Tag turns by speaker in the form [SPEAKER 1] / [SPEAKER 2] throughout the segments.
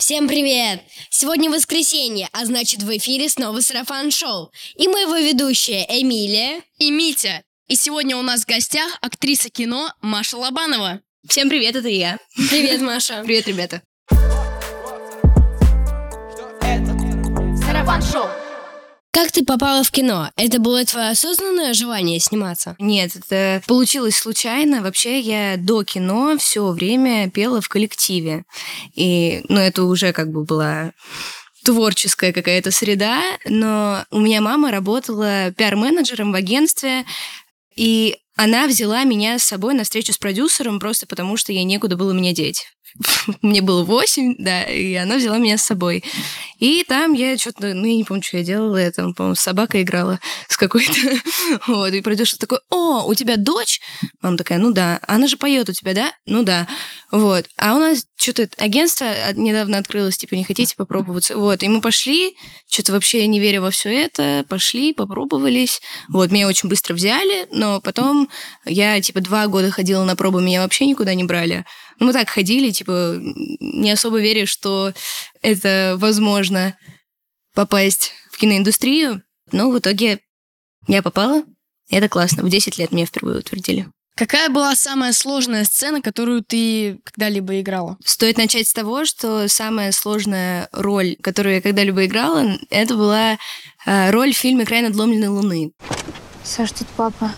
[SPEAKER 1] Всем привет! Сегодня воскресенье, а значит в эфире снова Сарафан-шоу. И мы его ведущие Эмилия
[SPEAKER 2] и Митя. И сегодня у нас в гостях актриса кино Маша Лобанова.
[SPEAKER 3] Всем привет, это я.
[SPEAKER 1] Привет, Маша.
[SPEAKER 3] Привет, ребята.
[SPEAKER 1] Сарафан-шоу. Как ты попала в кино? Это было твое осознанное желание сниматься?
[SPEAKER 3] Нет, это получилось случайно. Вообще я до кино все время пела в коллективе. И, это уже была творческая какая-то среда, но у меня мама работала пиар-менеджером в агентстве, и она взяла меня с собой на встречу с продюсером просто потому, что ей некуда было меня деть. Мне было 8, да, и она взяла меня с собой. И там я что-то, я не помню, что я делала, я там, по-моему, с собакой играла, с какой-то. Вот, и продюсер такой: «О, у тебя дочь?» Мама такая: «Ну да». «Она же поет у тебя, да?» «Ну да». Вот. А у нас что-то агентство недавно открылось, не хотите попробовать? Вот, и мы пошли, что-то вообще не веря во все это, пошли, попробовались. Вот, меня очень быстро взяли, но потом я, 2 года ходила на пробы, меня вообще никуда не брали. Мы так ходили, не особо веря, что это возможно попасть в киноиндустрию. Но в итоге я попала, и это классно. В 10 лет меня впервые утвердили.
[SPEAKER 2] Какая была самая сложная сцена, которую ты когда-либо играла?
[SPEAKER 3] Стоит начать с того, что самая сложная роль, которую я когда-либо играла, это была роль в фильме «Край надломленной луны».
[SPEAKER 4] Саш, тут папа.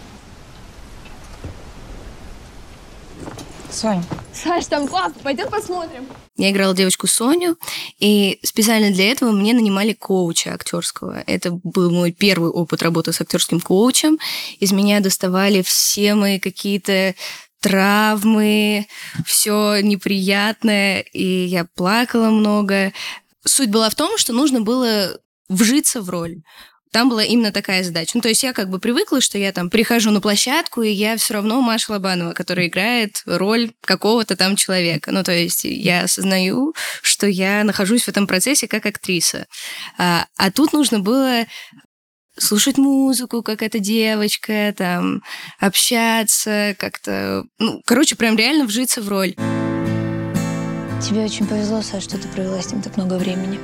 [SPEAKER 5] Сонь.
[SPEAKER 4] Саш, там папа, пойдем посмотрим.
[SPEAKER 3] Я играла девочку Соню, и специально для этого мне нанимали коуча актерского. Это был мой первый опыт работы с актерским коучем. Из меня доставали все мои какие-то травмы, все неприятное, и я плакала много. Суть была в том, что нужно было вжиться в роль. Там была именно такая задача. То есть я привыкла, что я там прихожу на площадку, и я все равно Маша Лобанова, которая играет роль какого-то там человека. То есть я осознаю, что я нахожусь в этом процессе как актриса. А тут нужно было слушать музыку, как эта девочка, там, общаться, как-то... прям реально вжиться в роль.
[SPEAKER 4] Тебе очень повезло, Саш, что ты провела с ним так много времени.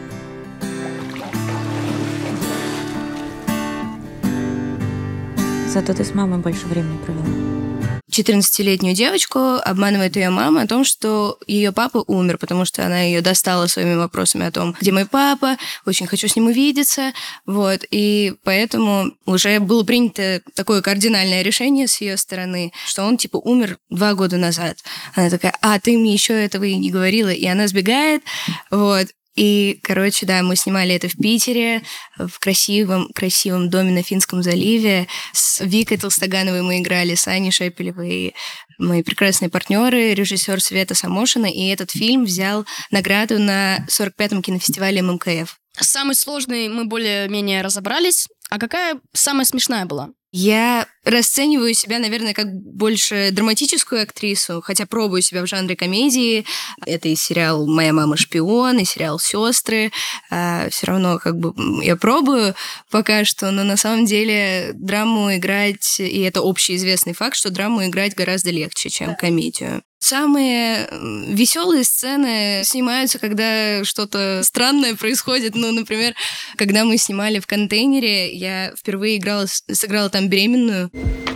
[SPEAKER 5] Зато ты с мамой больше времени провела.
[SPEAKER 3] 14-летнюю девочку обманывает ее мама о том, что ее папа умер, потому что она ее достала своими вопросами о том, где мой папа, очень хочу с ним увидеться. Вот. И поэтому уже было принято такое кардинальное решение с ее стороны, что он умер 2 года назад. Она такая: «А, ты мне еще этого и не говорила». И она сбегает. Вот. И, мы снимали это в Питере, в красивом доме на Финском заливе. С Викой Толстогановой мы играли, с Аней Шепелевой, мои прекрасные партнеры, режиссер Света Самошина. И этот фильм взял награду на 45-м кинофестивале ММКФ.
[SPEAKER 2] Самый сложный мы более-менее разобрались. А какая самая смешная была?
[SPEAKER 3] Я расцениваю себя, наверное, как больше драматическую актрису, хотя пробую себя в жанре комедии. Это и сериал «Моя мама шпион», и сериал «Сестры». Все равно я пробую пока что, но на самом деле драму играть, и это общеизвестный факт, что драму играть гораздо легче, чем комедию. Самые веселые сцены снимаются, когда что-то странное происходит. Например, когда мы снимали в «Контейнере», я впервые сыграла там беременную.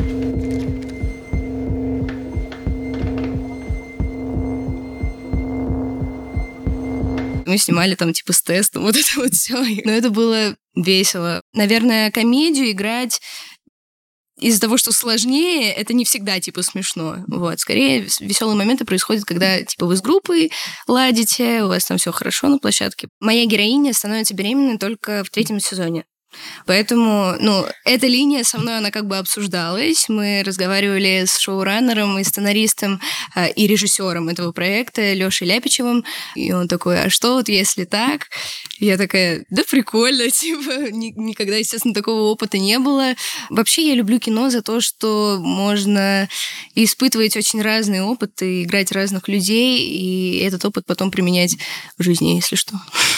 [SPEAKER 3] Мы снимали там с тестом, вот это вот все. Но это было весело. Наверное, комедию играть из-за того, что сложнее, это не всегда смешно. Вот. Скорее, веселые моменты происходят, когда вы с группой ладите, у вас там все хорошо на площадке. Моя героиня становится беременной только в 3-м сезоне. Поэтому, эта линия со мной, она обсуждалась. Мы разговаривали с шоураннером и сценаристом и режиссером этого проекта Лешей Ляпичевым. И он такой: «А что если так?» Я такая: «Да прикольно, никогда, естественно, такого опыта не было». Вообще, я люблю кино за то, что можно испытывать очень разные опыты, играть разных людей, и этот опыт потом применять в жизни, если что.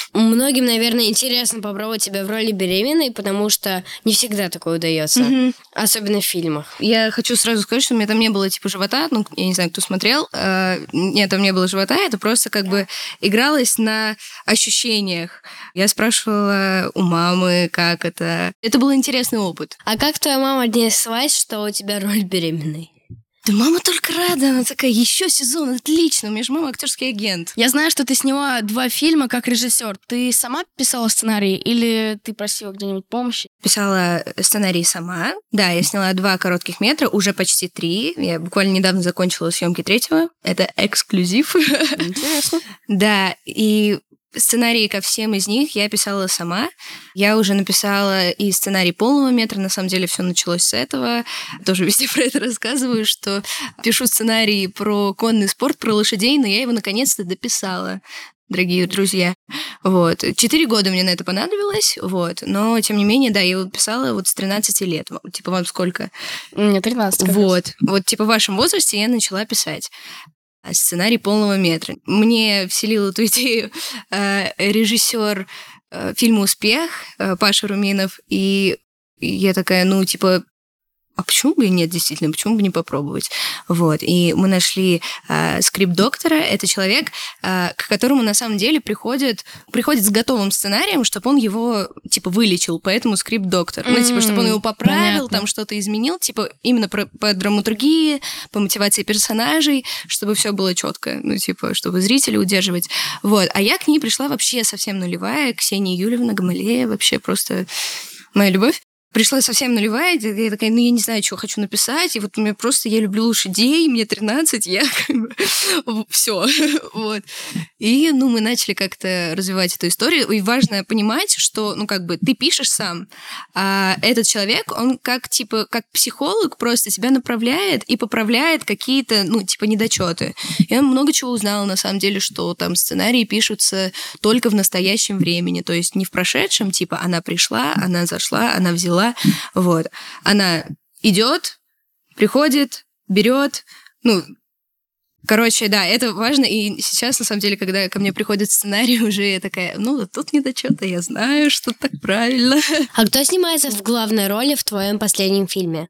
[SPEAKER 1] Многим, наверное, интересно попробовать себя в роли беременной, потому что не всегда такое удается. Особенно в фильмах.
[SPEAKER 3] Я хочу сразу сказать, что у меня там не было типа живота, ну, я не знаю, кто смотрел, нет, там не было живота, это просто как бы игралось на ощущениях. Я спрашивала у мамы, как это. Это был интересный опыт.
[SPEAKER 1] А как твоя мама отнеслась, что у тебя роль беременной?
[SPEAKER 3] Да мама только рада, она такая, еще сезон, отлично, у меня же мама актерский агент.
[SPEAKER 2] Я знаю, что ты сняла 2 фильма как режиссер. Ты сама писала сценарий или ты просила где-нибудь помощи?
[SPEAKER 3] Писала сценарий сама. Да, я сняла 2 коротких метра, уже почти 3. Я буквально недавно закончила съемки 3-го. Это эксклюзив.
[SPEAKER 2] Интересно.
[SPEAKER 3] Да, и сценарии ко всем из них я писала сама. Я уже написала и сценарий полного метра, на самом деле все началось с этого. Тоже везде про это рассказываю, что пишу сценарий про конный спорт, про лошадей, но я его наконец-то дописала, дорогие друзья. Вот. 4 года мне на это понадобилось, вот. Но, тем не менее, да, я его писала вот с 13 лет. Типа, вам сколько?
[SPEAKER 2] Мне 13.
[SPEAKER 3] Вот. Вот, типа, в вашем возрасте я начала писать сценарий полного метра. Мне вселил эту идею режиссер фильма «Успех» Паша Руминов, и я такая, ну, типа, а почему бы и нет, действительно, почему бы не попробовать? Вот, и мы нашли скрипт-доктора, это человек, к которому на самом деле приходит с готовым сценарием, чтобы он его, типа, вылечил, поэтому скрипт-доктор. Ну, типа, чтобы он его поправил, там что-то изменил, типа, именно по драматургии, по мотивации персонажей, чтобы все было четко, ну, типа, чтобы зрителя удерживать. Вот, а я к ней пришла вообще совсем нулевая, Ксения Юльевна Гамалея, вообще просто моя любовь. Пришла совсем нулевая, я такая, ну, я не знаю, что хочу написать, и вот у меня просто, я люблю лошадей, мне 13, я как бы, все, вот. И, ну, мы начали как-то развивать эту историю, и важно понимать, что, ну, как бы, ты пишешь сам, а этот человек, он как, типа, как психолог просто тебя направляет и поправляет какие-то, ну, типа, недочеты. И он много чего узнал, на самом деле, что там сценарии пишутся только в настоящем времени, то есть не в прошедшем, типа, она пришла, она зашла, она взяла. Вот. Она идет, приходит, берет. Ну, короче, да, это важно. И сейчас, на самом деле, когда ко мне приходит сценарий, уже я такая, ну, тут недочёты, я знаю, что так правильно.
[SPEAKER 1] А кто снимается в главной роли в твоем последнем фильме?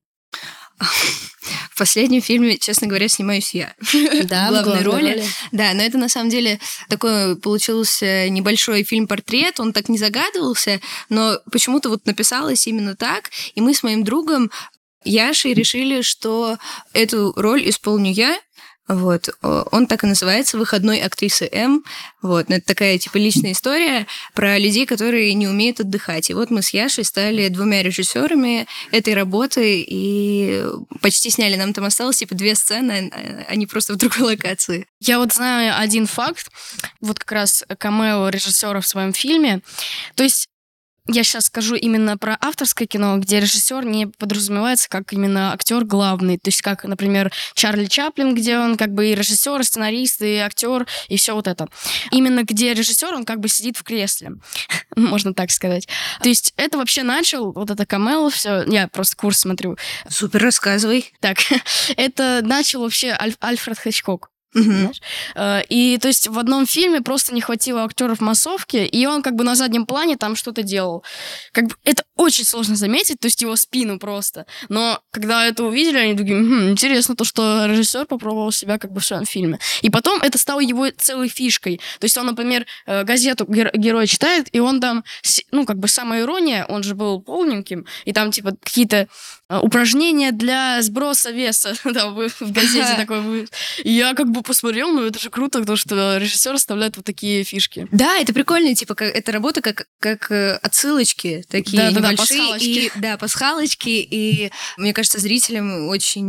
[SPEAKER 3] В последнем фильме, честно говоря, снимаюсь я.
[SPEAKER 1] Да,
[SPEAKER 3] в главной роли. Да, но это на самом деле такой получился небольшой фильм-портрет, он так не загадывался, но почему-то вот написалось именно так, и мы с моим другом Яшей решили, что эту роль исполню я. Вот. Он так и называется «Выходной актрисы М». Вот. Это такая, типа, личная история про людей, которые не умеют отдыхать. И вот мы с Яшей стали 2 режиссерами этой работы и почти сняли. Нам там осталось, типа, 2 сцены, они просто в другой локации.
[SPEAKER 2] Я вот знаю один факт, вот как раз камео режиссера в своем фильме. То есть я сейчас скажу именно про авторское кино, где режиссер не подразумевается как именно актер главный. То есть как, например, Чарли Чаплин, где он как бы и режиссер, и сценарист, и актер, и все вот это. Именно где режиссер, он как бы сидит в кресле, можно так сказать. То есть это вообще начал, вот это камео, все, я просто курс смотрю.
[SPEAKER 3] Супер, рассказывай.
[SPEAKER 2] Так, это начал вообще Альфред Хичкок. Знаешь? И то есть в одном фильме просто не хватило актеров массовки, и он как бы на заднем плане там что-то делал. Как бы это очень сложно заметить, то есть его спину просто. Но когда это увидели, они такие, интересно то, что режиссер попробовал себя как бы в своем фильме. И потом это стало его целой фишкой. То есть он, например, газету герой читает, и он там, ну как бы самая ирония, он же был полненьким, и там типа какие-то упражнения для сброса веса да, в газете такой. И я как бы посмотрел, ну это же круто, потому что режиссер оставляет вот такие фишки.
[SPEAKER 3] Да, это прикольно, типа, это работа как отсылочки такие небольшие.
[SPEAKER 2] Пасхалочки.
[SPEAKER 3] Пасхалочки, и мне кажется, зрителям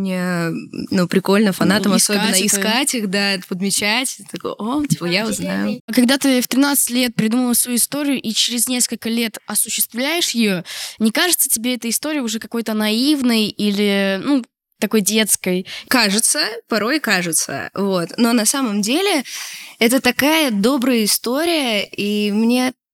[SPEAKER 3] очень, прикольно, фанатам особенно искать их, да, подмечать. Такой, типа, я узнаю.
[SPEAKER 2] Когда ты в 13 лет придумала свою историю и через несколько лет осуществляешь ее, не кажется тебе эта история уже какой-то наивной или, такой детской?
[SPEAKER 3] Кажется, порой кажется, вот. Но на самом деле это такая добрая история, и мне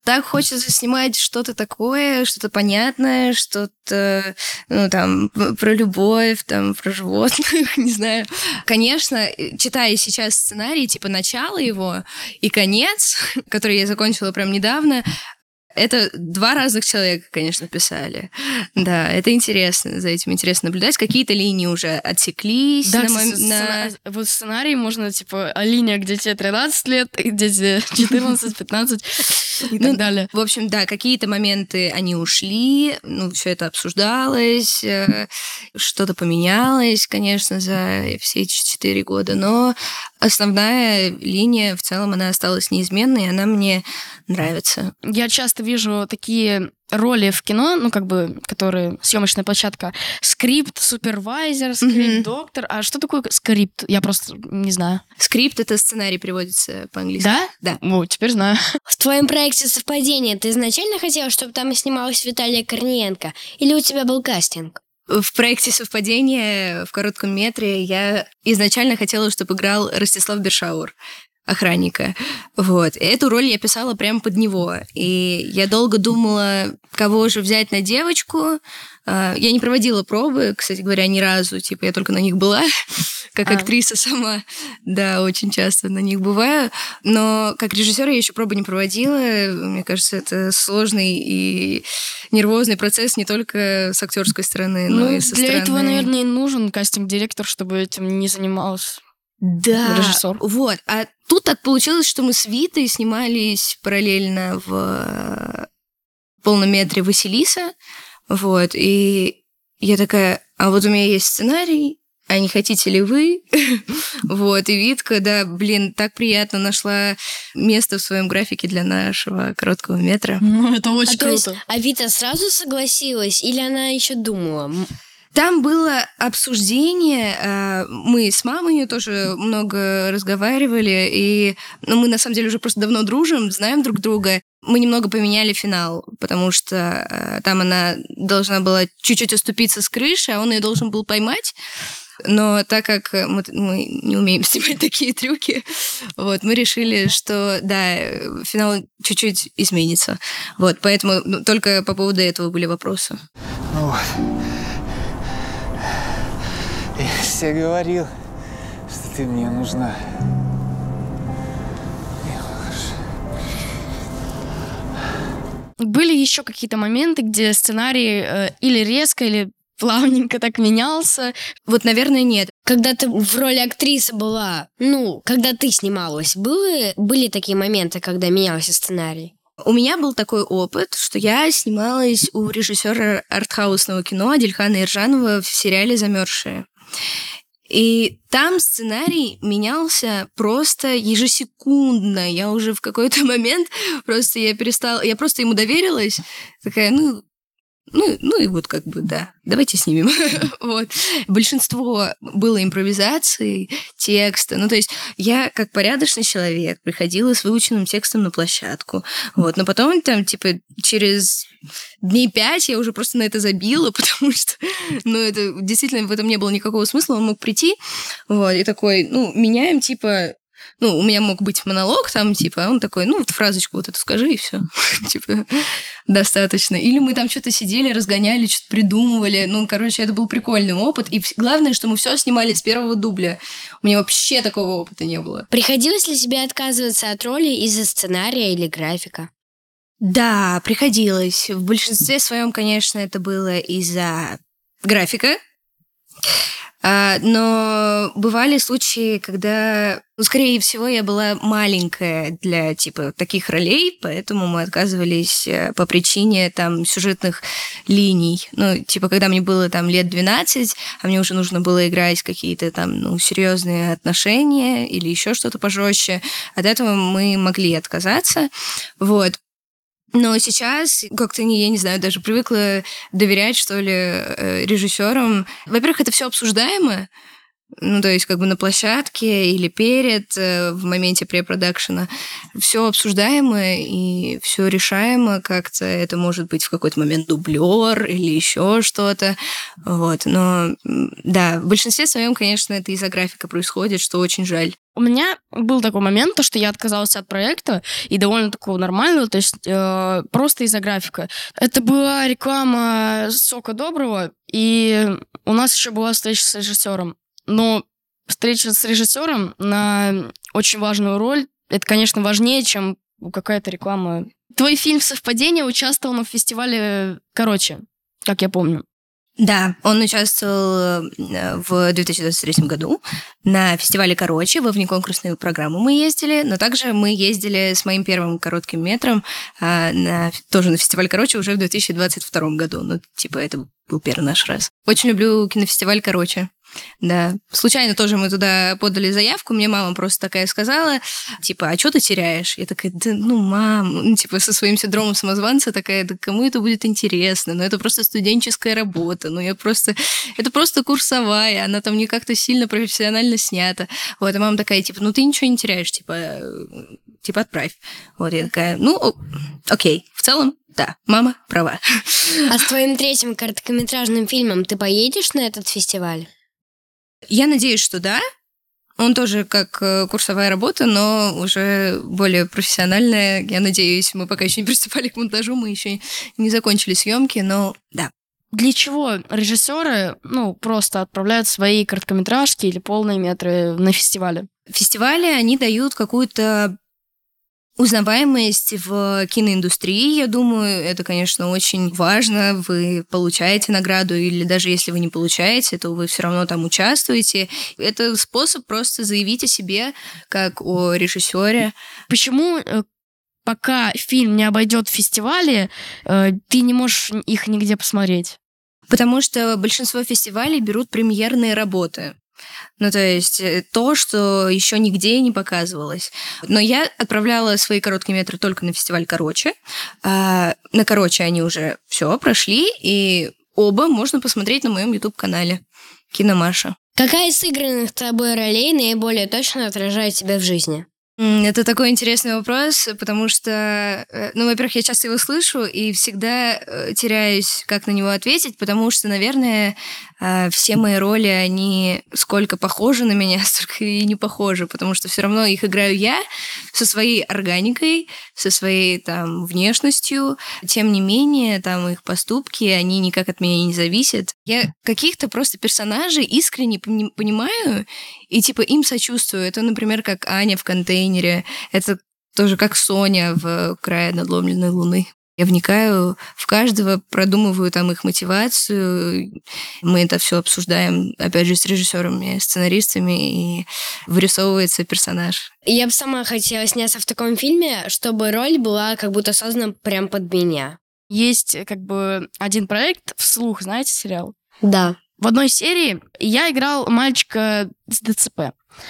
[SPEAKER 3] так хочется снимать что-то такое, что-то понятное, что-то, ну, там, про любовь, там, про животных, не знаю. Конечно, читая сейчас сценарий, типа, начало его и конец, который я закончила прям недавно, это 2 разных человека, конечно, писали. Да, это интересно, за этим интересно наблюдать. Какие-то линии уже отсеклись.
[SPEAKER 2] Да, вот сценарий можно, типа, линия, где тебе 13 лет, где тебе 14, 15 и так далее.
[SPEAKER 3] В общем, да, какие-то моменты, они ушли, ну, все это обсуждалось, что-то поменялось, конечно, за все эти 4 года, но основная линия, в целом, она осталась неизменной, и она мне нравится.
[SPEAKER 2] Я часто вижу такие роли в кино, ну, как бы, которые съемочная площадка. Скрипт, супервайзер, скрипт-доктор. А что такое скрипт? Я просто не знаю.
[SPEAKER 3] Скрипт — это сценарий, переводится по-английски.
[SPEAKER 2] Да?
[SPEAKER 3] Да.
[SPEAKER 2] Вот, теперь знаю.
[SPEAKER 1] В твоем проекте «Совпадение» ты изначально хотела, чтобы там и снималась Виталия Корниенко? Или у тебя был кастинг?
[SPEAKER 3] В проекте «Совпадение» в коротком метре я изначально хотела, чтобы играл Ростислав Бершаур, охранника. Вот. И эту роль я писала прямо под него. И я долго думала, кого же взять на девочку. Я не проводила пробы, кстати говоря, ни разу. Типа, я только на них была, как актриса сама. Да, очень часто на них бываю. Но как режиссер я еще пробы не проводила. Мне кажется, это сложный и нервозный процесс не только с актерской стороны, но и со стороны...
[SPEAKER 2] Для этого, наверное, и нужен кастинг-директор, чтобы этим не занимался.
[SPEAKER 3] Да,
[SPEAKER 2] режиссер.
[SPEAKER 3] Вот. А тут так получилось, что мы с Витой снимались параллельно в полном метре «Василиса». Вот. И я такая, а вот у меня есть сценарий, а не хотите ли вы? Вот. И Витка, да, блин, так приятно нашла место в своем графике для нашего короткого метра.
[SPEAKER 2] Ну, это очень круто.
[SPEAKER 1] А Вита сразу согласилась или она еще думала?
[SPEAKER 3] Там было обсуждение, мы с мамой ее тоже много разговаривали, и мы на самом деле уже просто давно дружим, знаем друг друга. Мы немного поменяли финал, потому что там она должна была чуть-чуть оступиться с крыши, а он ее должен был поймать. Но так как мы не умеем снимать такие трюки, вот, мы решили, что, да, финал чуть-чуть изменится. Вот, поэтому только по поводу этого были вопросы.
[SPEAKER 6] Вот. Я все говорил, что ты мне нужна.
[SPEAKER 2] Были еще какие-то моменты, где сценарий или резко, или плавненько так менялся?
[SPEAKER 3] Вот, наверное, нет.
[SPEAKER 1] Когда ты в роли актрисы была, когда ты снималась, были такие моменты, когда менялся сценарий?
[SPEAKER 3] У меня был такой опыт, что я снималась у режиссера артхаусного кино Адильхана Иржанова в сериале «Замерзшие». И там сценарий менялся просто ежесекундно. Я уже в какой-то момент просто я просто ему доверилась. Такая, и вот как бы, да, давайте снимем. Вот. Большинство было импровизацией, текста. То есть я, как порядочный человек, приходила с выученным текстом на площадку. Вот. Но потом там, через дней 5 я уже просто на это забила, потому что, это действительно в этом не было никакого смысла. Он мог прийти, вот, и такой, меняем, у меня мог быть монолог там, а он такой, вот фразочку вот эту скажи, и все. Достаточно. Или мы там что-то сидели, разгоняли, что-то придумывали. Это был прикольный опыт. И главное, что мы все снимали с первого дубля. У меня вообще такого опыта не было.
[SPEAKER 1] Приходилось ли тебе отказываться от роли из-за сценария или графика?
[SPEAKER 3] Да, приходилось. В большинстве своем, конечно, это было из-за графика. Но бывали случаи, когда, скорее всего, я была маленькая для, таких ролей, поэтому мы отказывались по причине, сюжетных линий. Когда мне было, лет 12, а мне уже нужно было играть какие-то, серьезные отношения или еще что-то пожестче, от этого мы могли отказаться. Вот. Но сейчас как-то, я не знаю, даже привыкла доверять, что ли, режиссерам. Во-первых, это все обсуждаемо. Ну, то есть как бы на площадке или перед, в моменте препродакшена. Все обсуждаемо и все решаемо как-то. Это может быть в какой-то момент дублер или еще что-то. Вот. Но да, в большинстве своем, конечно, это из-за графика происходит, что очень жаль.
[SPEAKER 2] У меня был такой момент, то, что я отказалась от проекта, и довольно такого нормального, то есть просто из-за графика. Это была реклама «Сока Доброго», и у нас еще была встреча с режиссером. Но встреча с режиссером на очень важную роль, это, конечно, важнее, чем какая-то реклама. Твой фильм «Совпадение» участвовал на фестивале «Короче», как я помню.
[SPEAKER 3] Да, он участвовал в 2023 году на фестивале «Короче», во внеконкурсную программу мы ездили, но также мы ездили с моим первым коротким метром тоже на фестиваль «Короче» уже в 2022 году. Ну, типа, это был первый наш раз. Очень люблю кинофестиваль «Короче». Да, случайно тоже мы туда подали заявку, мне мама просто такая сказала, типа, а что ты теряешь? Я такая, да ну, мам, ну, типа, со своим синдромом самозванца такая, да кому это будет интересно? Ну, это просто студенческая работа, ну, это просто курсовая, она там не как-то сильно профессионально снята. Вот, а мама такая, типа, ну, ты ничего не теряешь, типа, отправь. Вот, я такая, ну, окей, в целом, да, мама права.
[SPEAKER 1] А с твоим третьим короткометражным фильмом ты поедешь на этот фестиваль?
[SPEAKER 3] Я надеюсь, что да. Он тоже как курсовая работа, но уже более профессиональная. Я надеюсь, мы пока еще не приступали к монтажу, мы еще не закончили съемки, но да.
[SPEAKER 2] Для чего режиссеры, просто отправляют свои короткометражки или полные метры на фестивале?
[SPEAKER 3] Фестивали, они дают какую-то узнаваемость в киноиндустрии, я думаю, это, конечно, очень важно. Вы получаете награду, или даже если вы не получаете, то вы все равно там участвуете. Это способ просто заявить о себе, как о режиссере.
[SPEAKER 2] Почему, пока фильм не обойдет фестивали, ты не можешь их нигде посмотреть?
[SPEAKER 3] Потому что большинство фестивалей берут премьерные работы. Ну, то есть то, что еще нигде не показывалось. Но я отправляла свои короткие метры только на фестиваль «Короче». На «Короче» они уже все прошли, и оба можно посмотреть на моем YouTube-канале «Киномаша».
[SPEAKER 1] Какая из сыгранных тобой ролей наиболее точно отражает тебя в жизни?
[SPEAKER 3] Это такой интересный вопрос, потому что, во-первых, я часто его слышу и всегда теряюсь, как на него ответить, потому что, наверное, все мои роли, они сколько похожи на меня, столько и не похожи, потому что все равно их играю я со своей органикой, со своей там внешностью. Тем не менее, там их поступки, они никак от меня не зависят. Я каких-то просто персонажей искренне понимаю и типа им сочувствую. Это, например, как Аня в «Контейнере». Это тоже как Соня в «Крае надломленной луны». Я вникаю в каждого, продумываю там их мотивацию. Мы это все обсуждаем, опять же, с режиссерами, сценаристами, и вырисовывается персонаж.
[SPEAKER 1] Я бы сама хотела сняться в таком фильме, чтобы роль была как будто создана прям под меня.
[SPEAKER 2] Есть как бы один проект «Вслух», знаете сериал?
[SPEAKER 1] Да.
[SPEAKER 2] В одной серии я играл мальчика с ДЦП.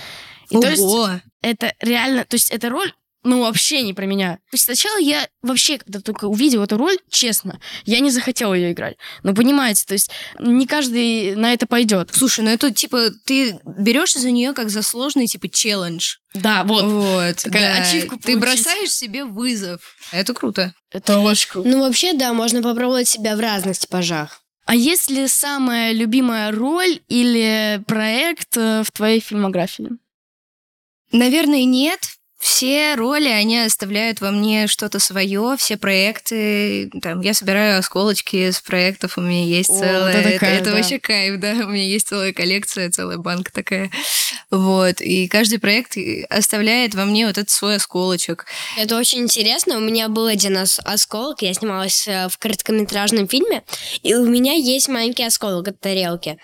[SPEAKER 2] И то есть это реально, то есть эта роль, вообще не про меня. То есть сначала я вообще, когда только увидела эту роль, честно, я не захотела ее играть. Но понимаете, то есть не каждый на это пойдет.
[SPEAKER 3] Слушай, это типа ты берешься за нее как за сложный типа челлендж.
[SPEAKER 2] Да, вот.
[SPEAKER 3] Такая
[SPEAKER 2] ачивку
[SPEAKER 3] ты бросаешь себе вызов. Это круто.
[SPEAKER 2] Это очень круто.
[SPEAKER 1] Вообще, да, можно попробовать себя в разных типажах.
[SPEAKER 2] А есть ли самая любимая роль или проект в твоей фильмографии?
[SPEAKER 3] Наверное, нет. Все роли, они оставляют во мне что-то свое, все проекты. Там, я собираю осколочки с проектов, у меня есть целая... Это вообще кайф, да. У меня есть целая коллекция, целая банка такая. Вот. И каждый проект оставляет во мне вот этот свой осколочек.
[SPEAKER 1] Это очень интересно. У меня был один осколок. Я снималась в короткометражном фильме, и у меня есть маленький осколок от тарелки.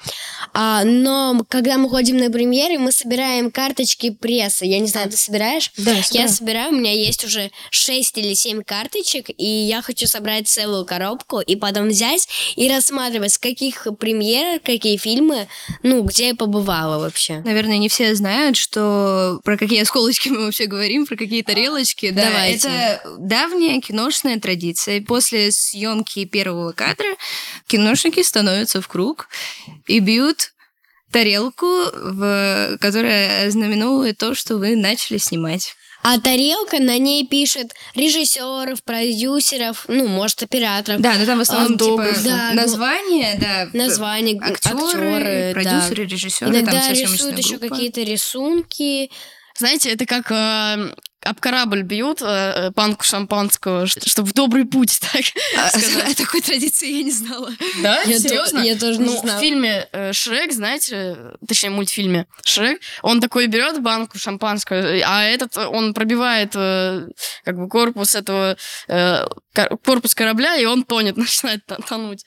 [SPEAKER 1] Но когда мы ходим на премьеры, мы собираем карточки прессы. Я не знаю, ты собираешь?
[SPEAKER 3] Да,
[SPEAKER 1] я собираю, у меня есть уже 6 или 7 карточек, и я хочу собрать целую коробку и потом взять и рассматривать, с каких премьер, какие фильмы, где я побывала вообще.
[SPEAKER 3] Наверное, не все знают, что про какие осколочки мы вообще говорим, про какие тарелочки. Да,
[SPEAKER 1] давайте.
[SPEAKER 3] Это давняя киношная традиция. После съемки первого кадра киношники становятся в круг и бьют тарелку, которая знаменует то, что вы начали снимать.
[SPEAKER 1] А тарелка, на ней пишет режиссеров, продюсеров, может, операторов.
[SPEAKER 3] Да, но там в основном
[SPEAKER 1] название,
[SPEAKER 3] актеры, продюсеры, режиссеры.
[SPEAKER 1] Иногда
[SPEAKER 3] там
[SPEAKER 1] рисуют еще какие-то рисунки.
[SPEAKER 2] Знаете, это как об корабль бьют банку шампанского, чтобы в добрый путь, так сказать.
[SPEAKER 3] О такой традиции я не знала.
[SPEAKER 2] Да? Серьезно?
[SPEAKER 1] Я тоже не знала.
[SPEAKER 2] В фильме «Шрек», знаете, точнее, мультфильме «Шрек», он такой берет банку шампанского, а этот, он пробивает корпус этого, корпус корабля, и он тонет, начинает тонуть.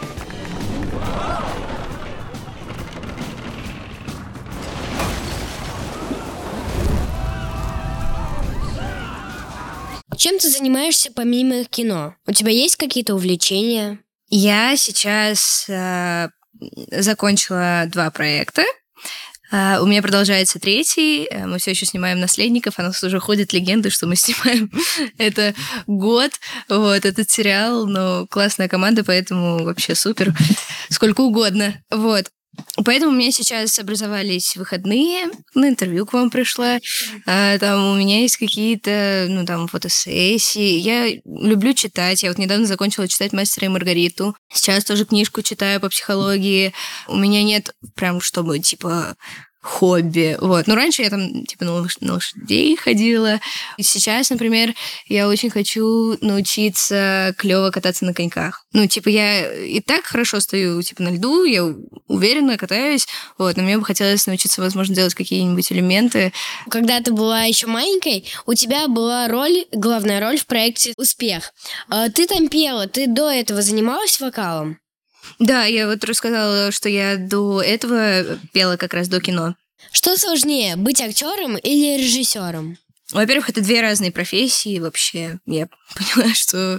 [SPEAKER 1] Чем ты занимаешься помимо кино? У тебя есть какие-то увлечения?
[SPEAKER 3] Я сейчас закончила 2 проекта. У меня продолжается 3. Мы все еще снимаем «Наследников». У нас уже ходят легенды, что мы снимаем это год. Вот, этот сериал. Но классная команда, поэтому вообще супер. Сколько угодно. Вот. Поэтому у меня сейчас образовались выходные, на интервью к вам пришла, там у меня есть какие-то, фотосессии. Я люблю читать, я вот недавно закончила читать «Мастера и Маргариту», сейчас тоже книжку читаю по психологии. У меня нет прям, чтобы, хобби. Вот. Но раньше я там, на лошадей ходила. И сейчас, например, я очень хочу научиться клёво кататься на коньках. Я и так хорошо стою, на льду, я уверенно катаюсь, вот, но мне бы хотелось научиться, возможно, делать какие-нибудь элементы.
[SPEAKER 1] Когда ты была еще маленькой, у тебя была главная роль в проекте «Успех». Ты там пела, ты до этого занималась вокалом?
[SPEAKER 3] Да, я вот рассказала, что я до этого пела как раз до кино.
[SPEAKER 1] Что сложнее, быть актером или режиссером?
[SPEAKER 3] Во-первых, это 2 разные профессии вообще. Я поняла, что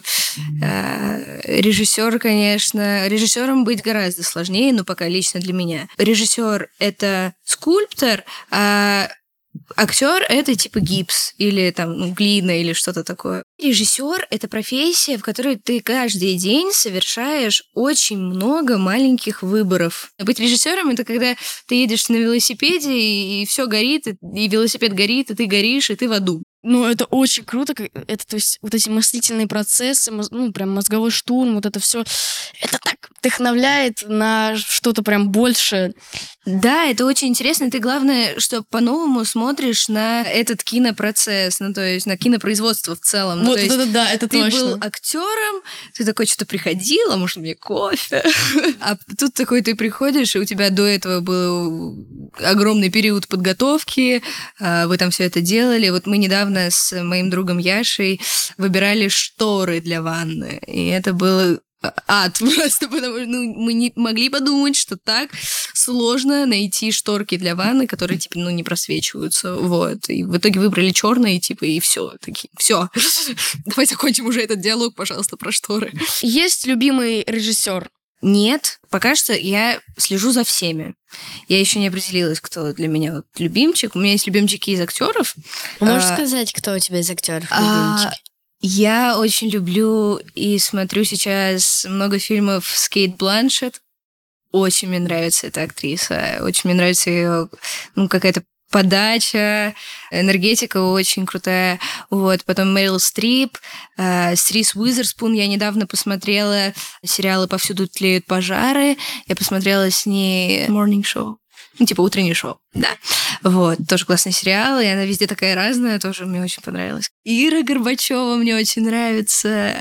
[SPEAKER 3] режиссер, конечно, режиссером быть гораздо сложнее, но пока лично для меня. Режиссер — это скульптор, а актер — это гипс или глина или что-то такое. Режиссер — это профессия, в которой ты каждый день совершаешь очень много маленьких выборов. Быть режиссером — это когда ты едешь на велосипеде, и все горит, и велосипед горит, и ты горишь, и ты в аду.
[SPEAKER 2] Это очень круто. Это, то есть, вот эти мыслительные процессы, прям мозговой штурм, вот это все, это так вдохновляет на что-то прям большее.
[SPEAKER 3] Да, это очень интересно. Ты, главное, что по-новому смотришь на этот кинопроцесс, то есть на кинопроизводство в целом.
[SPEAKER 2] Вот это
[SPEAKER 3] ты
[SPEAKER 2] точно.
[SPEAKER 3] Ты был актером, ты такой что-то приходил, а может, мне кофе? А тут такой ты приходишь, и у тебя до этого был огромный период подготовки, вы там все это делали. Вот мы недавно с моим другом Яшей выбирали шторы для ванны, и это было ад просто, потому что мы не могли подумать, что так сложно найти шторки для ванны, которые, не просвечиваются, вот. И в итоге выбрали черные, и все. Такие, все. Давай закончим уже этот диалог, пожалуйста, про шторы.
[SPEAKER 2] Есть любимый режиссер?
[SPEAKER 3] Нет, пока что я слежу за всеми. Я еще не определилась, кто для меня любимчик. У меня есть любимчики из актеров.
[SPEAKER 1] Можешь сказать, кто у тебя из актеров любимчик?
[SPEAKER 3] Я очень люблю и смотрю сейчас много фильмов с Кейт Бланшетт. Очень мне нравится эта актриса. Очень мне нравится ее какая-то подача, энергетика очень крутая. Вот. Потом Мэрил Стрип, с Риз Уизерспун я недавно посмотрела сериалы «Повсюду тлеют пожары». Я посмотрела с ней «Morning Show». Утреннее шоу, да. Вот, тоже классный сериал, и она везде такая разная, тоже мне очень понравилась. Ира Горбачева мне очень нравится,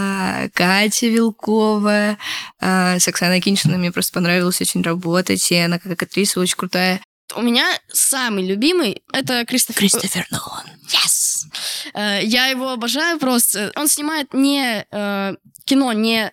[SPEAKER 3] Катя Вилкова, с Оксаной Киньшиной мне просто понравилось очень работать, и она как актриса очень крутая.
[SPEAKER 2] У меня самый любимый — это
[SPEAKER 3] Кристофер Нолан.
[SPEAKER 2] Yes! Я его обожаю просто. Он снимает не кино, не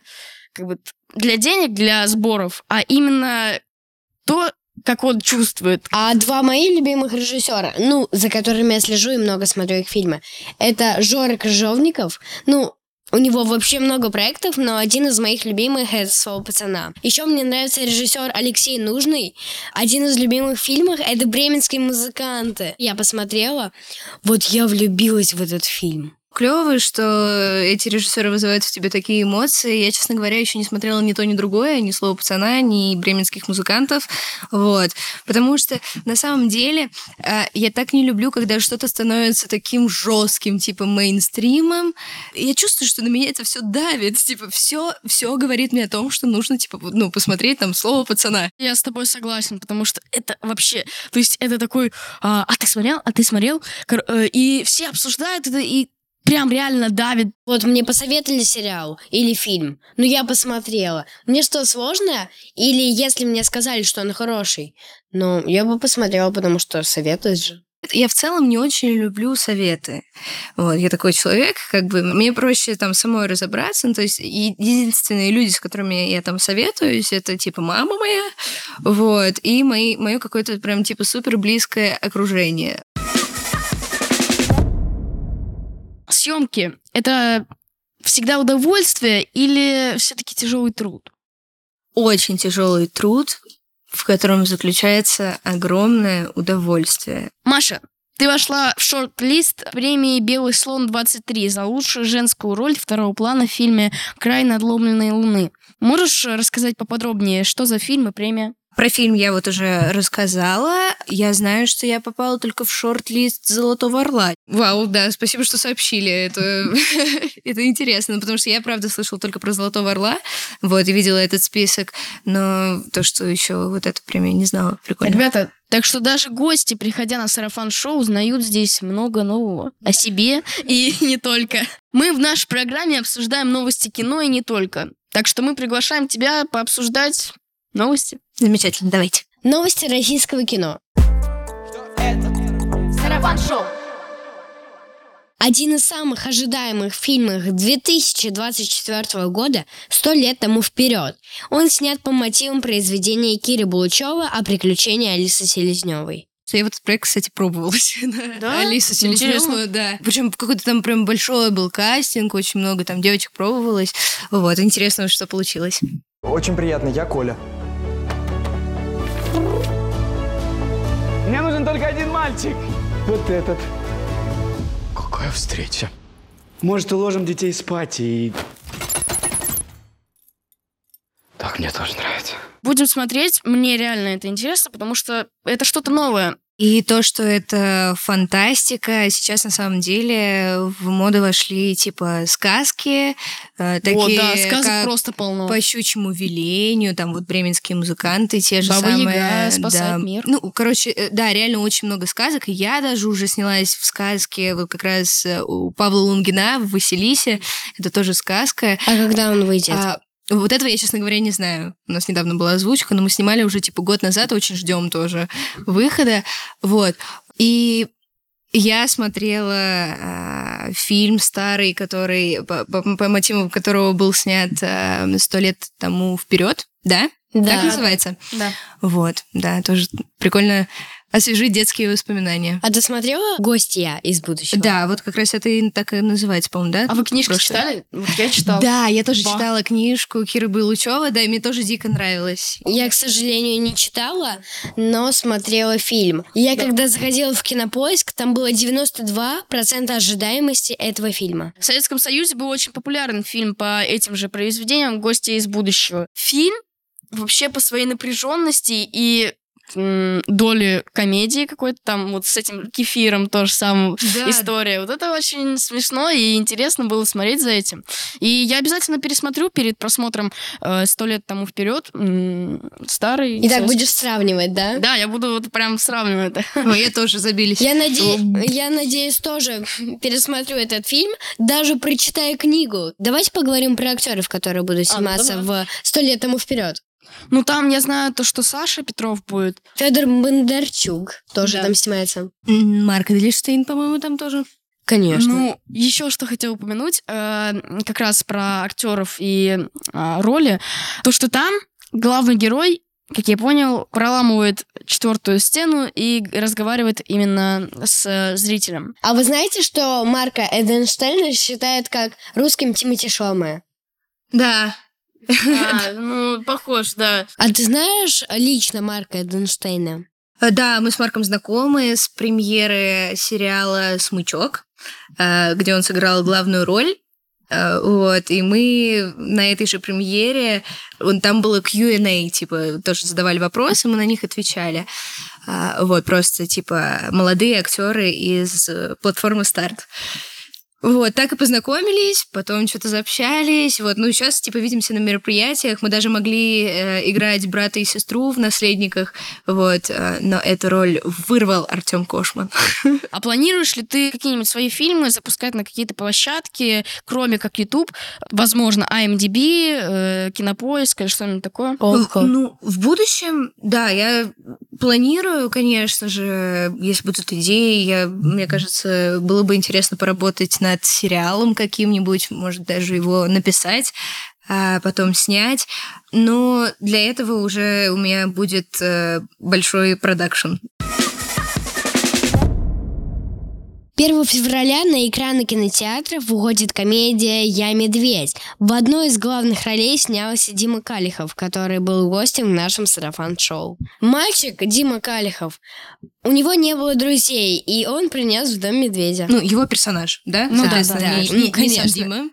[SPEAKER 2] для денег, для сборов, а именно то, как он чувствует.
[SPEAKER 1] А 2 моих любимых режиссера, за которыми я слежу и много смотрю их фильмы, это Жора Крыжовников. У него вообще много проектов, но один из моих любимых — это «Слово пацана». Еще мне нравится режиссер Алексей Нужный. Один из любимых фильмов — это «Бременские музыканты». Я посмотрела, я влюбилась в этот фильм.
[SPEAKER 3] Клево, что эти режиссеры вызывают в тебе такие эмоции. Я, честно говоря, еще не смотрела ни то, ни другое, ни «Слово пацана», ни «Бременских музыкантов». Вот. Потому что на самом деле я так не люблю, когда что-то становится таким жестким, типа мейнстримом. Я чувствую, что на меня это все давит. Типа, все говорит мне о том, что нужно, типа, посмотреть там «Слово пацана».
[SPEAKER 2] Я с тобой согласен, потому что это вообще... То есть это такой... ты смотрел? А ты смотрел? И все обсуждают это, и прям реально давит.
[SPEAKER 1] Вот мне посоветовали сериал или фильм, но я посмотрела. Мне что, сложно? Или если мне сказали, что он хороший? Ну, я бы посмотрела, потому что советуют же.
[SPEAKER 3] Я в целом не очень люблю советы. Вот, я такой человек, как бы, мне проще там самой разобраться. Ну, то есть единственные люди, с которыми я там советуюсь, это типа мама моя, вот, и мое какое-то прям типа супер близкое окружение.
[SPEAKER 2] Съемки — это всегда удовольствие или все-таки тяжелый труд?
[SPEAKER 3] Очень тяжелый труд, в котором заключается огромное удовольствие.
[SPEAKER 2] Маша, ты вошла в шорт-лист премии «Белый слон-23» за лучшую женскую роль второго плана в фильме «Край надломленной луны». Можешь рассказать поподробнее, что за фильм и премия?
[SPEAKER 3] Про фильм я вот уже рассказала. Я знаю, что я попала только в шорт-лист «Золотого орла». Вау, да, спасибо, что сообщили. Это интересно, потому что я, правда, слышала только про «Золотого орла», вот, и видела этот список, но то, что еще вот эту премию, не знала. Прикольно.
[SPEAKER 2] Ребята, так что даже гости, приходя на сарафан-шоу, узнают здесь много нового о себе и не только. Мы в нашей программе обсуждаем новости кино и не только. Так что мы приглашаем тебя пообсуждать новости.
[SPEAKER 3] Замечательно, давайте.
[SPEAKER 1] Новости российского кино.
[SPEAKER 2] Сарафан-шоу.
[SPEAKER 1] Один из самых ожидаемых фильмов 2024 года «100 лет тому вперед». Он снят по мотивам произведения Киры Булычева о приключениях Алисы Селезневой.
[SPEAKER 3] Я в этот проект, кстати, пробовалась.
[SPEAKER 2] Да?
[SPEAKER 3] Алису Селезневую, да. Причем какой-то там прям большой был кастинг, очень много там девочек пробовалось. Вот, интересно, что получилось.
[SPEAKER 6] Очень приятно, я Коля. Мне нужен только один мальчик. Вот этот. Какая встреча. Может, уложим детей спать и... Так мне тоже нравится.
[SPEAKER 2] Будем смотреть. Мне реально это интересно, потому что это что-то новое.
[SPEAKER 3] И то, что это фантастика, сейчас на самом деле в моду вошли типа сказки, такие
[SPEAKER 2] да, сказок
[SPEAKER 3] как
[SPEAKER 2] просто полно.
[SPEAKER 3] «По щучьему велению», там вот «Бременские музыканты», те же
[SPEAKER 2] Баба
[SPEAKER 3] самые.
[SPEAKER 2] Яга спасает мир.
[SPEAKER 3] Ну, короче, да, реально очень много сказок. И я даже уже снялась в сказке вот как раз у Павла Лунгина в «Василисе». Это тоже сказка.
[SPEAKER 1] А когда он выйдет?
[SPEAKER 3] Вот этого я, честно говоря, не знаю. У нас недавно была озвучка, но мы снимали уже типа год назад, очень ждем тоже выхода. Вот. И я смотрела фильм старый, который по мотивам которого был снят 100 лет тому вперед, да?
[SPEAKER 1] Да.
[SPEAKER 3] Так называется?
[SPEAKER 2] Да.
[SPEAKER 3] Вот, да, тоже прикольно освежить детские воспоминания.
[SPEAKER 1] А ты смотрела «Гостья из будущего»?
[SPEAKER 3] Да, вот как раз это и так и называется, по-моему, да?
[SPEAKER 2] А вы книжку
[SPEAKER 3] Просто.
[SPEAKER 2] читали? Вот я читала.
[SPEAKER 3] Да, я тоже
[SPEAKER 2] Ба.
[SPEAKER 3] читала книжку Киры Булычевой, да, и мне тоже дико нравилось.
[SPEAKER 1] Я, к сожалению, не читала, но смотрела фильм. Я когда заходила в Кинопоиск, там было 92% ожидаемости этого фильма.
[SPEAKER 2] В Советском Союзе был очень популярен фильм по этим же произведениям «Гости из будущего». Фильм вообще по своей напряженности и доли комедии какой-то там, вот с этим кефиром тоже самое
[SPEAKER 3] Да.
[SPEAKER 2] история. Вот это очень смешно и интересно было смотреть за этим. И я обязательно пересмотрю перед просмотром 100 лет тому вперед старый.
[SPEAKER 1] И так
[SPEAKER 2] советский.
[SPEAKER 1] будешь сравнивать, да?
[SPEAKER 2] Да, я буду вот прям сравнивать это.
[SPEAKER 3] Ой, я тоже забились.
[SPEAKER 1] Я надеюсь, тоже пересмотрю этот фильм, даже прочитаю книгу. Давайте поговорим про актеров, которые будут сниматься в «100 лет тому вперед».
[SPEAKER 2] Ну, там я знаю то, что Саша Петров будет.
[SPEAKER 1] Федор Бондарчук тоже
[SPEAKER 2] Да.
[SPEAKER 1] там снимается.
[SPEAKER 3] Марк Эдельштейн, по-моему, там тоже.
[SPEAKER 1] Конечно.
[SPEAKER 2] Ну, еще что хотела упомянуть, как раз про актеров и роли. То, что там главный герой, как я понял, проламывает четвертую стену и разговаривает именно с зрителем.
[SPEAKER 1] А вы знаете, что Марка Эдельштейна считают как русским Тимоти Шалме?
[SPEAKER 3] Да.
[SPEAKER 2] Ну, похож, да.
[SPEAKER 1] А ты знаешь лично Марка Эдельштейна?
[SPEAKER 3] Да, мы с Марком знакомы с премьеры сериала «Смычок». где он сыграл главную роль. Вот, и мы на этой же премьере, там было Q&A, типа, тоже задавали вопросы, мы на них отвечали. Вот, просто, типа, молодые актеры из платформы «Старт». Вот, так и познакомились, потом что-то заобщались, вот, ну, сейчас, типа, видимся на мероприятиях, мы даже могли играть брата и сестру в «Наследниках», вот, но эту роль вырвал Артём Кошман.
[SPEAKER 2] А планируешь ли ты какие-нибудь свои фильмы запускать на какие-то площадки, кроме как YouTube, возможно, IMDb, Кинопоиск или что-нибудь такое?
[SPEAKER 3] Ну, в будущем, да, я планирую, конечно же, если будут идеи, мне кажется, было бы интересно поработать над сериалом каким-нибудь, может, даже его написать, а потом снять. Но для этого уже у меня будет большой продакшн.
[SPEAKER 1] 1 февраля на экраны кинотеатров выходит комедия «Я медведь». В одной из главных ролей снялся Дима Калихов, который был гостем в нашем сарафан-шоу. Мальчик Дима Калихов, у него не было друзей, и он принес в дом медведя.
[SPEAKER 3] Ну, его персонаж, да?
[SPEAKER 1] Ну
[SPEAKER 3] да,
[SPEAKER 1] конечно.
[SPEAKER 3] Не сам Дима.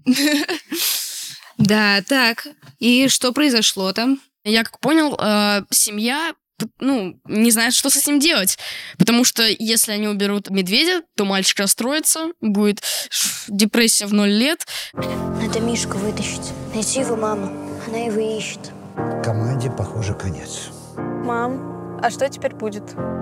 [SPEAKER 3] Да, так. И что произошло там?
[SPEAKER 2] Я как понял, семья не знает, что с этим делать. Потому что если они уберут медведя, то мальчик расстроится, будет депрессия в 0 лет.
[SPEAKER 7] Надо Мишку вытащить. Найти его маму. Она его ищет.
[SPEAKER 8] Команде, похоже, конец.
[SPEAKER 9] Мам, а что теперь будет?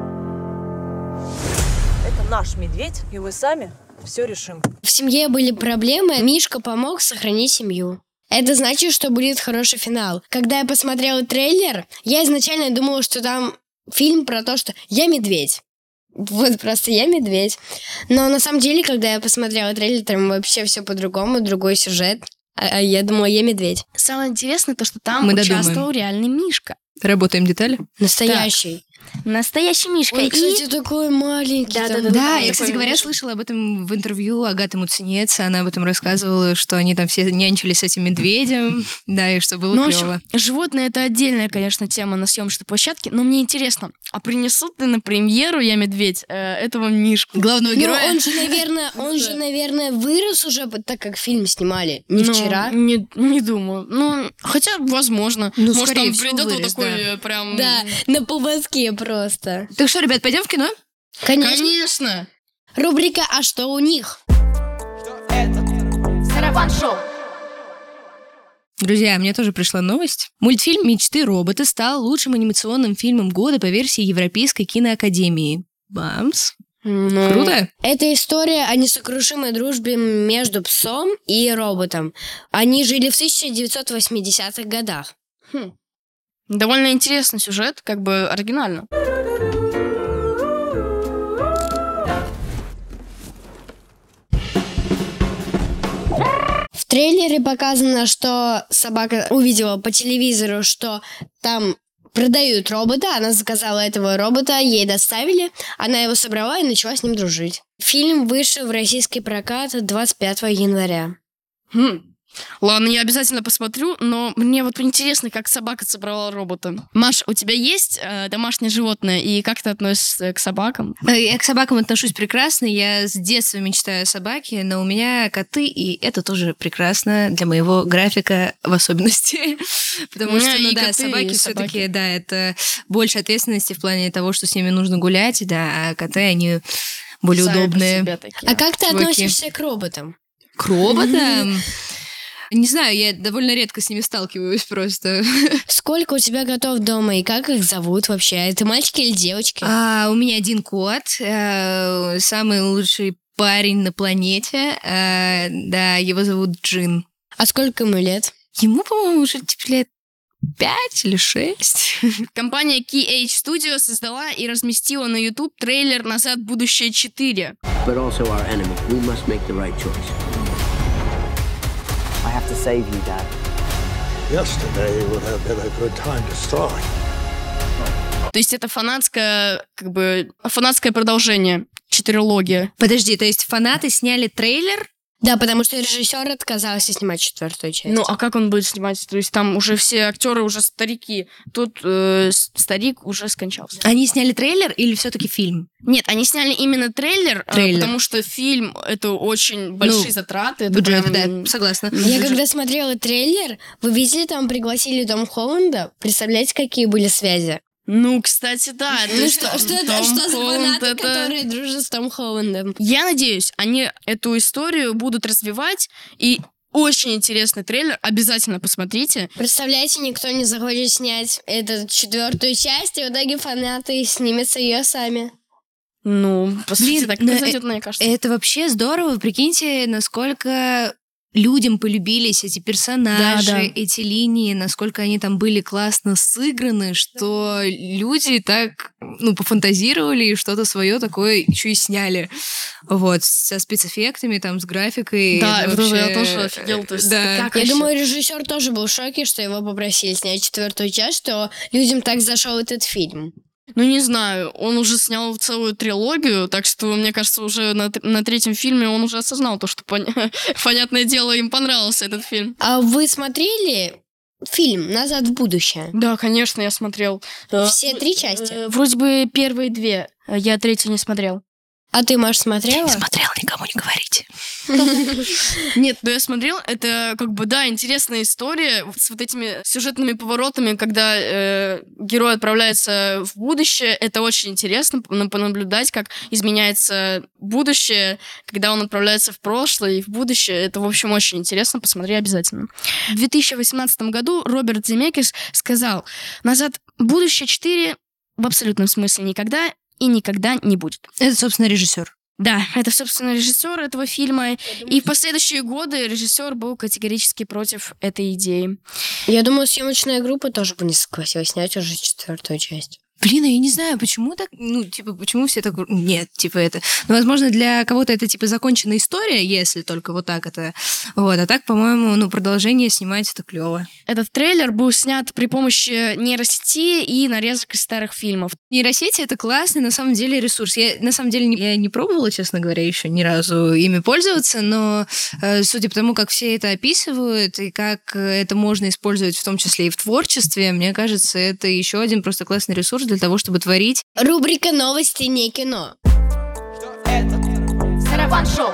[SPEAKER 9] Это наш медведь, и мы сами все решим.
[SPEAKER 1] В семье были проблемы, Мишка помог сохранить семью. Это значит, что будет хороший финал. Когда я посмотрела трейлер, я изначально думала, что там фильм про то, что я медведь. Вот просто я медведь. Но на самом деле, когда я посмотрела трейлер, там вообще все по-другому, другой сюжет. А я думала, я медведь.
[SPEAKER 2] Самое интересное то, что там
[SPEAKER 3] Мы
[SPEAKER 2] участвовал реальный Мишка.
[SPEAKER 3] Работаем детали?
[SPEAKER 1] Настоящий.
[SPEAKER 2] Настоящий Мишка.
[SPEAKER 1] Он, кстати, такой маленький.
[SPEAKER 3] Да, я, кстати говоря, слышала об этом в интервью Агаты Муцениец. Она об этом рассказывала, что они там все нянчились с этим медведем. Да, и что было клево.
[SPEAKER 2] Животные — это отдельная, конечно, тема на съемочной площадке. Но мне интересно, а принесут ли на премьеру «Я медведь» этого Мишку?
[SPEAKER 3] Главного героя?
[SPEAKER 1] Он же, наверное, вырос уже, так как фильм снимали. Не вчера.
[SPEAKER 2] Не думаю. Хотя, возможно. Может, там придет вот такой прям...
[SPEAKER 1] Да, на поводке просто.
[SPEAKER 3] Так что, ребят, пойдем в кино?
[SPEAKER 2] Конечно.
[SPEAKER 1] Рубрика «А что у них?».
[SPEAKER 9] Сарафан-шоу.
[SPEAKER 3] Друзья, мне тоже пришла новость. Мультфильм «Мечты робота» стал лучшим анимационным фильмом года по версии Европейской киноакадемии. Бамс! Круто!
[SPEAKER 1] Это история о несокрушимой дружбе между псом и роботом. Они жили в 1980-х годах.
[SPEAKER 2] Довольно интересный сюжет, как бы оригинально.
[SPEAKER 1] В трейлере показано, что собака увидела по телевизору, что там продают робота, она заказала этого робота, ей доставили, она его собрала и начала с ним дружить. Фильм вышел в российский прокат 25 января.
[SPEAKER 2] Ладно, я обязательно посмотрю, но мне вот интересно, как собака собрала робота. Маш, у тебя есть домашнее животное, и как ты относишься к собакам?
[SPEAKER 3] Я к собакам отношусь прекрасно, я с детства мечтаю о собаке, но у меня коты, и это тоже прекрасно для моего графика в особенности. Потому что, собаки все-таки, да, это больше ответственности в плане того, что с ними нужно гулять, да, а коты, они более удобные.
[SPEAKER 1] А как ты относишься к роботам?
[SPEAKER 3] К роботам? Не знаю, я довольно редко с ними сталкиваюсь просто.
[SPEAKER 1] Сколько у тебя котов дома и как их зовут вообще? Это мальчики или девочки?
[SPEAKER 3] У меня один кот, самый лучший парень на планете. Да, его зовут Джин.
[SPEAKER 1] А сколько ему лет?
[SPEAKER 3] Ему, по-моему, уже лет 5 или 6.
[SPEAKER 2] Компания KH Studio создала и разместила на YouTube трейлер «Назад в будущее 4».
[SPEAKER 10] But also our enemy. We must make the right choice. I have to save you, Dad.
[SPEAKER 8] Yesterday would have been a good time to start.
[SPEAKER 2] То есть это фанатское продолжение, четырилогия.
[SPEAKER 3] Подожди, то есть фанаты сняли трейлер
[SPEAKER 1] Да, потому что режиссер отказался снимать 4-ю часть.
[SPEAKER 2] Ну, а как он будет снимать? То есть там уже все актеры уже старики. Тут старик уже скончался.
[SPEAKER 3] Они сняли трейлер или все-таки фильм?
[SPEAKER 2] Нет, они сняли именно трейлер. Потому что фильм — это очень большие затраты.
[SPEAKER 3] Бюджет, да, согласна.
[SPEAKER 1] Я когда смотрела трейлер, вы видели, там пригласили Тома Холланда? Представляете, какие были связи?
[SPEAKER 2] Ну, кстати, да.
[SPEAKER 1] Ну что за фанаты, которые дружат с Томом Холландом?
[SPEAKER 2] Я надеюсь, они эту историю будут развивать, и очень интересный трейлер, обязательно посмотрите.
[SPEAKER 1] Представляете, никто не захочет снять эту 4-ю часть, и в итоге фанаты снимутся ее сами.
[SPEAKER 2] Ну, по сути, так произойдет, мне кажется.
[SPEAKER 3] Это вообще здорово. Прикиньте, насколько людям полюбились эти персонажи, эти линии, насколько они там были классно сыграны, что люди так, пофантазировали и что-то свое такое еще и сняли. Вот, со спецэффектами, там, с графикой.
[SPEAKER 2] Да,
[SPEAKER 3] это вообще...
[SPEAKER 2] я тоже офигел. То есть,
[SPEAKER 1] Я думаю, режиссер тоже был в шоке, что его попросили снять 4-ю часть, что людям так зашел этот фильм.
[SPEAKER 2] Ну, не знаю, он уже снял целую трилогию, так что, мне кажется, уже на 3-м фильме он уже осознал то, что, понятное дело, им понравился этот фильм.
[SPEAKER 1] А вы смотрели фильм «Назад в будущее»?
[SPEAKER 2] Да, конечно, я смотрел.
[SPEAKER 1] Все 3 части?
[SPEAKER 2] Вроде бы первые 2, я 3-ю не смотрел.
[SPEAKER 1] А ты, Маш, смотрела?
[SPEAKER 3] Смотрела, никому не говорите.
[SPEAKER 2] Нет, я смотрел, это интересная история с вот этими сюжетными поворотами, когда герой отправляется в будущее. Это очень интересно понаблюдать, как изменяется будущее, когда он отправляется в прошлое и в будущее. Это, в общем, очень интересно, посмотри обязательно. В 2018 году Роберт Земекис сказал: «Назад в будущее 4 в абсолютном смысле никогда и никогда не будет».
[SPEAKER 3] Это, собственно, режиссер.
[SPEAKER 2] Да, это, собственно, режиссер этого фильма. И в последующие годы режиссер был категорически против этой идеи.
[SPEAKER 1] Я думаю, съемочная группа тоже бы не согласилась снять уже 4-ю часть.
[SPEAKER 3] Блин, я не знаю, почему так, почему все так... Нет, это... возможно, для кого-то это, законченная история, если только вот так это... Вот, а так, по-моему, продолжение снимать это клево.
[SPEAKER 2] Этот трейлер был снят при помощи нейросети и нарезок из старых фильмов.
[SPEAKER 3] Нейросети — это классный, на самом деле, ресурс. Я не пробовала, честно говоря, еще ни разу ими пользоваться, но судя по тому, как все это описывают и как это можно использовать в том числе и в творчестве, мне кажется, это еще один просто классный ресурс для того, чтобы творить.
[SPEAKER 1] Рубрика «Новости не кино».
[SPEAKER 11] Сарафан-шоу.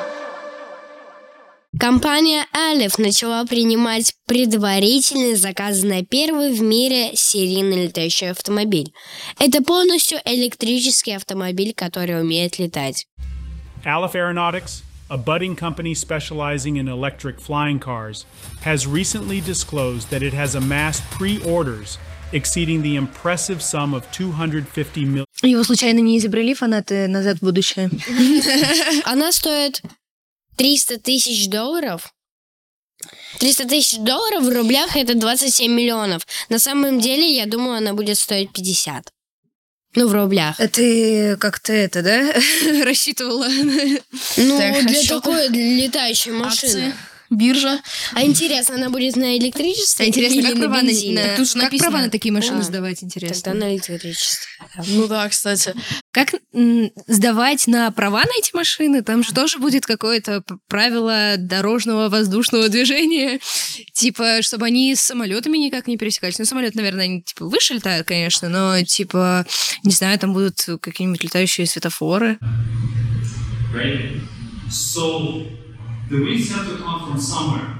[SPEAKER 1] Компания Aleph начала принимать предварительный заказ на первый в мире серийный летающий автомобиль. Это полностью электрический автомобиль, который умеет летать.
[SPEAKER 12] Aleph Aeronautics, a budding company specializing in electric flying cars, has recently disclosed that it has amassed pre-orders exceeding the impressive sum of $250 million.
[SPEAKER 3] Его случайно не изобрели фанаты «Назад в будущее»?
[SPEAKER 1] Она стоит $300 тысяч. $300 тысяч в рублях — это 27 миллионов. На самом деле, я думаю, она будет стоить 50. В рублях.
[SPEAKER 3] Ты как-то рассчитывала?
[SPEAKER 1] Для такой летающей машины.
[SPEAKER 2] Акции, биржа.
[SPEAKER 1] А интересно, она будет на электричестве или
[SPEAKER 3] как
[SPEAKER 1] на
[SPEAKER 3] права
[SPEAKER 1] бензине?
[SPEAKER 3] Как права на такие машины сдавать, интересно?
[SPEAKER 1] Тогда на электричестве.
[SPEAKER 2] Да, кстати.
[SPEAKER 3] Как сдавать на права на эти машины? Там же тоже будет какое-то правило дорожного воздушного движения. Чтобы они с самолетами никак не пересекались. Самолет, наверное, они выше летают, конечно, но не знаю, там будут какие-нибудь летающие светофоры.
[SPEAKER 13] Right? So the winds have to come from somewhere.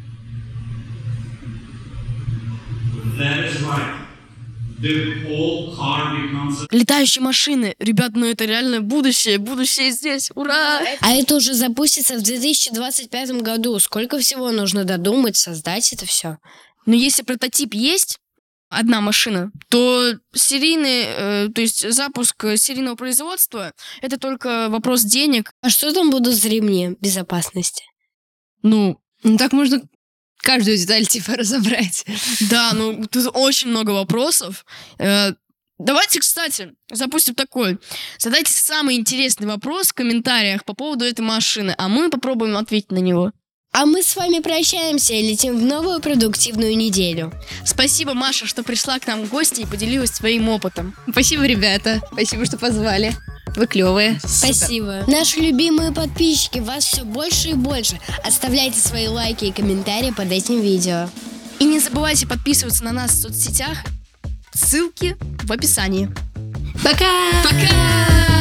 [SPEAKER 13] That is right. The whole car becomes...
[SPEAKER 2] Летающие машины. Ребят, это реально будущее. Будущее здесь. Ура!
[SPEAKER 1] А это уже запустится в 2025 году. Сколько всего нужно додумать, создать это все?
[SPEAKER 2] Но если прототип есть, одна машина, то серийный, то есть запуск серийного производства, это только вопрос денег.
[SPEAKER 1] А что там будут за ремни безопасности?
[SPEAKER 3] Так можно каждую деталь разобрать.
[SPEAKER 2] Да, тут очень много вопросов. Давайте, кстати, запустим такой. Задайте самый интересный вопрос в комментариях по поводу этой машины, а мы попробуем ответить на него.
[SPEAKER 1] А мы с вами прощаемся и летим в новую продуктивную неделю.
[SPEAKER 2] Спасибо, Маша, что пришла к нам в гости и поделилась своим опытом.
[SPEAKER 3] Спасибо, ребята. Спасибо, что позвали. Вы клевые.
[SPEAKER 1] Спасибо. Наши любимые подписчики, вас все больше и больше. Оставляйте свои лайки и комментарии под этим видео.
[SPEAKER 2] И не забывайте подписываться на нас в соцсетях. Ссылки в описании.
[SPEAKER 3] Пока!
[SPEAKER 2] Пока!